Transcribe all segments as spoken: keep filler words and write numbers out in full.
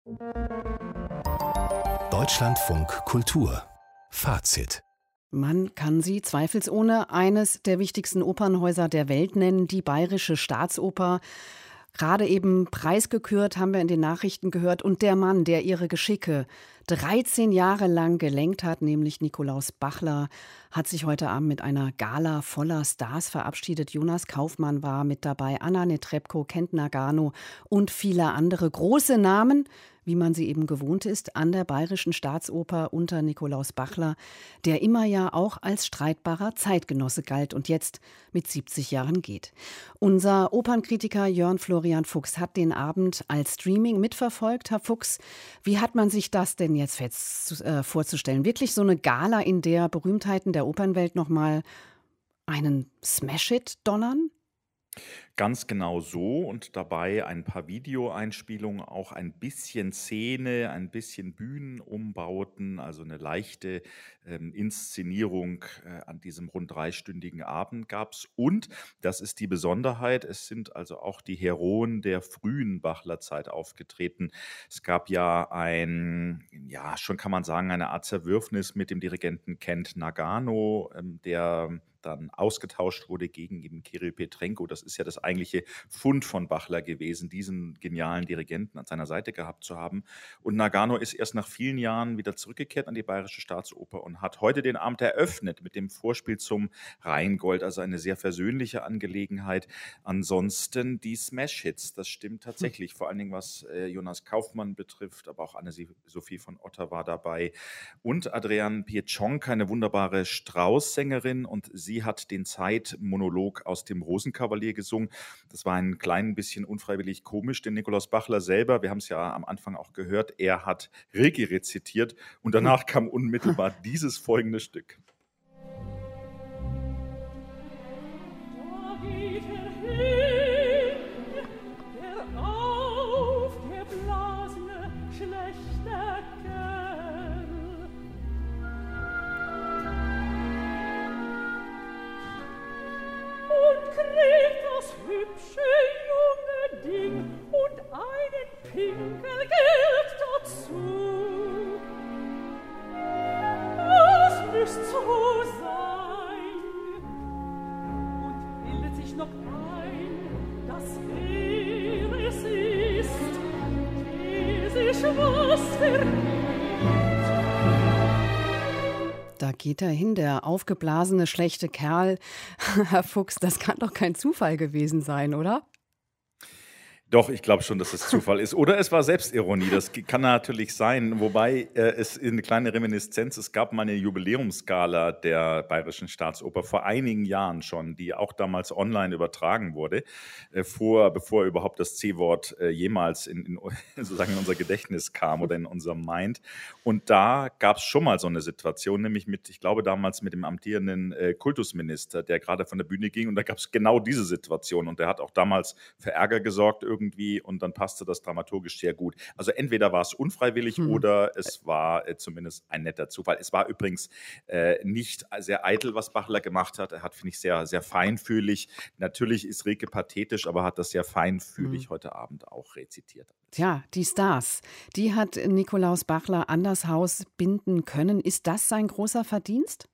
Deutschlandfunk Kultur Fazit. Man kann sie zweifelsohne eines der wichtigsten Opernhäuser der Welt nennen, die Bayerische Staatsoper. Gerade eben preisgekürt, haben wir in den Nachrichten gehört. Und der Mann, der ihre Geschicke dreizehn Jahre lang gelenkt hat, nämlich Nikolaus Bachler, hat sich heute Abend mit einer Gala voller Stars verabschiedet. Jonas Kaufmann war mit dabei, Anna Netrebko, Kent Nagano und viele andere große Namen, wie man sie eben gewohnt ist, an der Bayerischen Staatsoper unter Nikolaus Bachler, der immer ja auch als streitbarer Zeitgenosse galt und jetzt mit siebzig Jahren geht. Unser Opernkritiker Jörn Florian Fuchs hat den Abend als Streaming mitverfolgt. Herr Fuchs, wie hat man sich das denn jetzt fest, äh, vorzustellen? Wirklich so eine Gala, in der Berühmtheiten der Opernwelt nochmal einen Smash-Hit donnern? Ganz genau so und dabei ein paar Videoeinspielungen, auch ein bisschen Szene, ein bisschen Bühnenumbauten, also eine leichte ähm, Inszenierung äh, an diesem rund dreistündigen Abend gab es. Und, das ist die Besonderheit, es sind also auch die Heroen der frühen Bachler-Zeit aufgetreten. Es gab ja ein, ja, schon kann man sagen, eine Art Zerwürfnis mit dem Dirigenten Kent Nagano, ähm, der dann ausgetauscht wurde gegen eben Kirill Petrenko. Das ist ja das eigentliche Fund von Bachler gewesen, diesen genialen Dirigenten an seiner Seite gehabt zu haben. Und Nagano ist erst nach vielen Jahren wieder zurückgekehrt an die Bayerische Staatsoper und hat heute den Abend eröffnet mit dem Vorspiel zum Rheingold, also eine sehr versöhnliche Angelegenheit. Ansonsten die Smash-Hits, das stimmt tatsächlich, vor allen Dingen was äh, Jonas Kaufmann betrifft, aber auch Anne-Sophie von Otter war dabei und Adrian Pietschonka, eine wunderbare Strauß-Sängerin, und sie hat den Zeitmonolog aus dem Rosenkavalier gesungen. Das war ein klein bisschen unfreiwillig komisch, denn Nikolaus Bachler selber, wir haben es ja am Anfang auch gehört, er hat Rilke rezitiert und danach kam unmittelbar dieses folgende Stück. Hübsche junge Ding und einen Pinkel Geld dazu. Es müsst so sein und bildet sich noch ein, dass er es ist, der sich was verdient. Da geht er hin, der aufgeblasene, schlechte Kerl. Herr Fuchs, das kann doch kein Zufall gewesen sein, oder? Doch, ich glaube schon, dass es Zufall ist. Oder es war Selbstironie, das kann natürlich sein. Wobei äh, es eine kleine Reminiszenz, es gab mal eine Jubiläumsgala der Bayerischen Staatsoper vor einigen Jahren schon, die auch damals online übertragen wurde, äh, vor, bevor überhaupt das C-Wort äh, jemals in, in, sozusagen in unser Gedächtnis kam oder in unserem Mind. Und da gab es schon mal so eine Situation, nämlich mit, ich glaube damals mit dem amtierenden äh, Kultusminister, der gerade von der Bühne ging, und da gab es genau diese Situation und der hat auch damals für Ärger gesorgt irgendwie, und dann passte das dramaturgisch sehr gut. Also entweder war es unfreiwillig hm. oder es war äh, zumindest ein netter Zufall. Es war übrigens äh, nicht sehr eitel, was Bachler gemacht hat. Er hat, finde ich, sehr, sehr feinfühlig. Natürlich ist Rilke pathetisch, aber hat das sehr feinfühlig hm. heute Abend auch rezitiert. Tja, die Stars, die hat Nikolaus Bachler an das Haus binden können. Ist das sein großer Verdienst?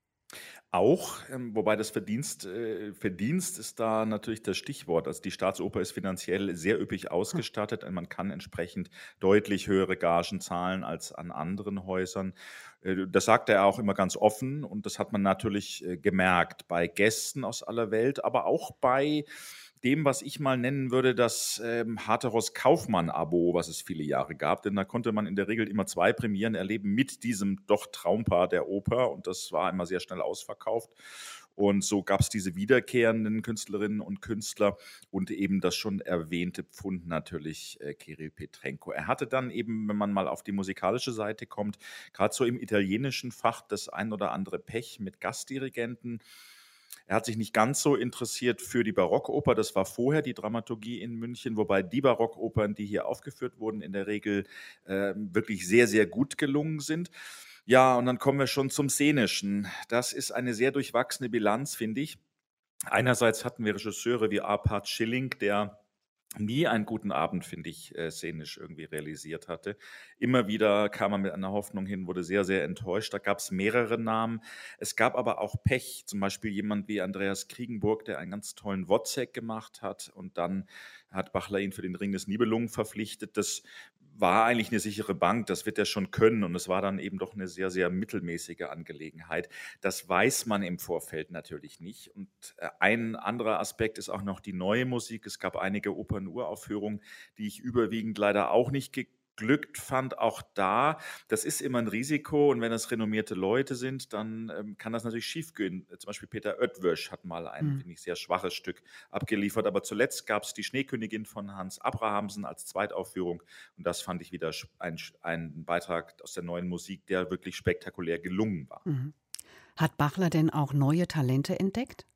Auch, ähm, wobei das Verdienst, äh, Verdienst ist da natürlich das Stichwort. Also die Staatsoper ist finanziell sehr üppig ausgestattet und man kann entsprechend deutlich höhere Gagen zahlen als an anderen Häusern. Äh, das sagt er auch immer ganz offen und das hat man natürlich äh, gemerkt bei Gästen aus aller Welt, aber auch bei dem, was ich mal nennen würde, das ähm, Hateros-Kaufmann-Abo, was es viele Jahre gab. Denn da konnte man in der Regel immer zwei Premieren erleben mit diesem doch Traumpaar der Oper. Und das war immer sehr schnell ausverkauft. Und so gab es diese wiederkehrenden Künstlerinnen und Künstler und eben das schon erwähnte Pfund natürlich äh, Kirill Petrenko. Er hatte dann eben, wenn man mal auf die musikalische Seite kommt, gerade so im italienischen Fach das ein oder andere Pech mit Gastdirigenten. Er hat sich nicht ganz so interessiert für die Barockoper, das war vorher die Dramaturgie in München, wobei die Barockopern, die hier aufgeführt wurden, in der Regel äh, wirklich sehr, sehr gut gelungen sind. Ja, und dann kommen wir schon zum Szenischen. Das ist eine sehr durchwachsene Bilanz, finde ich. Einerseits hatten wir Regisseure wie Arpad Schilling, der nie einen guten Abend, finde ich, äh, szenisch irgendwie realisiert hatte. Immer wieder kam man mit einer Hoffnung hin, wurde sehr, sehr enttäuscht. Da gab es mehrere Namen. Es gab aber auch Pech, zum Beispiel jemand wie Andreas Kriegenburg, der einen ganz tollen Wozzeck gemacht hat und dann hat Bachler ihn für den Ring des Nibelungen verpflichtet. Das war eigentlich eine sichere Bank, das wird er schon können und es war dann eben doch eine sehr, sehr mittelmäßige Angelegenheit. Das weiß man im Vorfeld natürlich nicht. Und äh, ein anderer Aspekt ist auch noch die neue Musik. Es gab einige Opernuraufführungen, die ich überwiegend leider auch nicht geglückt fand. Auch da, das ist immer ein Risiko und wenn das renommierte Leute sind, dann ähm, kann das natürlich schiefgehen. Zum Beispiel Peter Oetwösch hat mal ein, Hm. finde ich, sehr schwaches Stück abgeliefert. Aber zuletzt gab es die Schneekönigin von Hans Abrahamsen als Zweitaufführung und das fand ich wieder ein, ein Beitrag aus der neuen Musik, der wirklich spektakulär gelungen war. Mhm. Hat Bachler denn auch neue Talente entdeckt?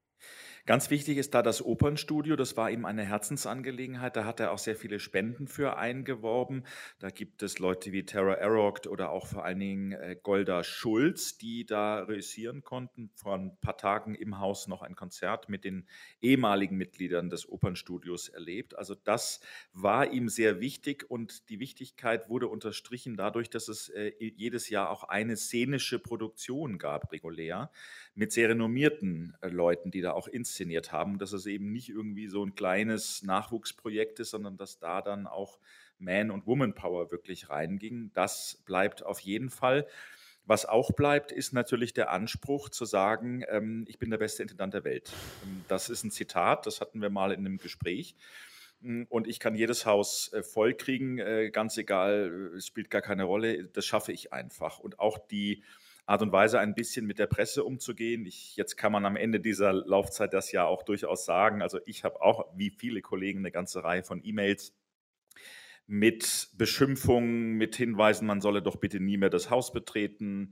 Ganz wichtig ist da das Opernstudio, das war ihm eine Herzensangelegenheit, da hat er auch sehr viele Spenden für eingeworben. Da gibt es Leute wie Tara Arogt oder auch vor allen Dingen äh, Golda Schulz, die da reüssieren konnten. Vor ein paar Tagen im Haus noch ein Konzert mit den ehemaligen Mitgliedern des Opernstudios erlebt. Also das war ihm sehr wichtig und die Wichtigkeit wurde unterstrichen dadurch, dass es äh, jedes Jahr auch eine szenische Produktion gab, regulär, mit sehr renommierten äh, Leuten, die da auch inszeniert haben, dass es eben nicht irgendwie so ein kleines Nachwuchsprojekt ist, sondern dass da dann auch Man- und Woman-Power wirklich reinging. Das bleibt auf jeden Fall. Was auch bleibt, ist natürlich der Anspruch zu sagen, ähm, ich bin der beste Intendant der Welt. Ähm, das ist ein Zitat, das hatten wir mal in einem Gespräch. Und ich kann jedes Haus äh, voll kriegen, äh, ganz egal, es spielt gar keine Rolle, das schaffe ich einfach. Und auch die Art und Weise, ein bisschen mit der Presse umzugehen. Ich, jetzt kann man am Ende dieser Laufzeit das ja auch durchaus sagen. Also ich habe auch, wie viele Kollegen, eine ganze Reihe von E-Mails mit Beschimpfungen, mit Hinweisen, man solle doch bitte nie mehr das Haus betreten.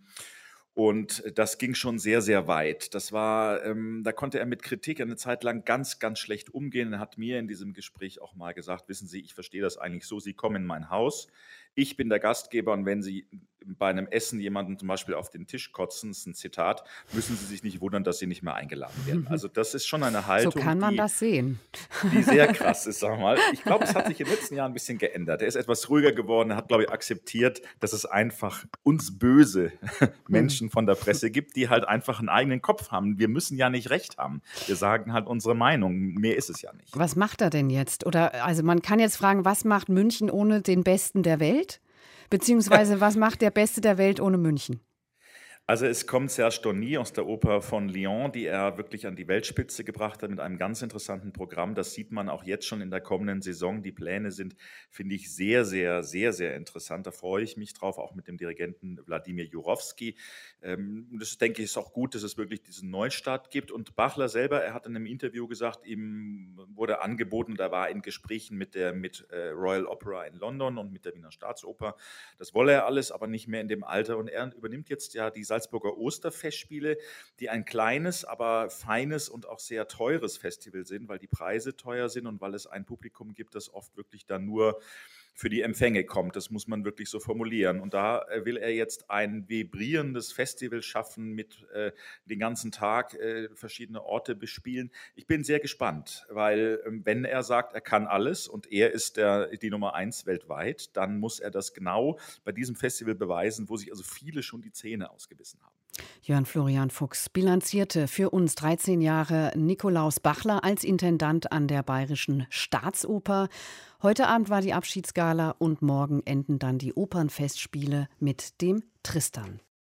Und das ging schon sehr, sehr weit. Das war, ähm, da konnte er mit Kritik eine Zeit lang ganz, ganz schlecht umgehen. Er hat mir in diesem Gespräch auch mal gesagt, wissen Sie, ich verstehe das eigentlich so, Sie kommen in mein Haus, ich bin der Gastgeber und wenn Sie bei einem Essen jemanden zum Beispiel auf den Tisch kotzen, das ist ein Zitat, müssen Sie sich nicht wundern, dass Sie nicht mehr eingeladen werden. Also das ist schon eine So Haltung, kann man die, das sehen. die sehr krass ist, sag mal. Ich glaube, es hat sich in den letzten Jahren ein bisschen geändert. Er ist etwas ruhiger geworden, er hat, glaube ich, akzeptiert, dass es einfach uns böse Menschen von der Presse gibt, die halt einfach einen eigenen Kopf haben. Wir müssen ja nicht recht haben. Wir sagen halt unsere Meinung. Mehr ist es ja nicht. Was macht er denn jetzt? Oder also man kann jetzt fragen, was macht München ohne den Besten der Welt? Beziehungsweise was macht der Beste der Welt ohne München? Also es kommt Serge Donny aus der Oper von Lyon, die er wirklich an die Weltspitze gebracht hat mit einem ganz interessanten Programm. Das sieht man auch jetzt schon in der kommenden Saison. Die Pläne sind, finde ich, sehr, sehr, sehr, sehr interessant. Da freue ich mich drauf, auch mit dem Dirigenten Wladimir Jurowski. Ähm, das denke ich ist auch gut, dass es wirklich diesen Neustart gibt. Und Bachler selber, er hat in einem Interview gesagt, ihm wurde angeboten, da war in Gesprächen mit der mit äh, Royal Opera in London und mit der Wiener Staatsoper. Das wolle er alles, aber nicht mehr in dem Alter. Und er übernimmt jetzt ja die Salzburger Osterfestspiele, die ein kleines, aber feines und auch sehr teures Festival sind, weil die Preise teuer sind und weil es ein Publikum gibt, das oft wirklich dann nur für die Empfänge kommt. Das muss man wirklich so formulieren. Und da äh, will er jetzt ein vibrierendes Festival schaffen, mit äh, den ganzen Tag äh, verschiedene Orte bespielen. Ich bin sehr gespannt, weil ähm, wenn er sagt, er kann alles und er ist der, die Nummer eins weltweit, dann muss er das genau bei diesem Festival beweisen, wo sich also viele schon die Zähne ausgebissen haben. Jörn Florian Fuchs bilanzierte für uns dreizehn Jahre Nikolaus Bachler als Intendant an der Bayerischen Staatsoper. Heute Abend war die Abschiedsgala und morgen enden dann die Opernfestspiele mit dem Tristan.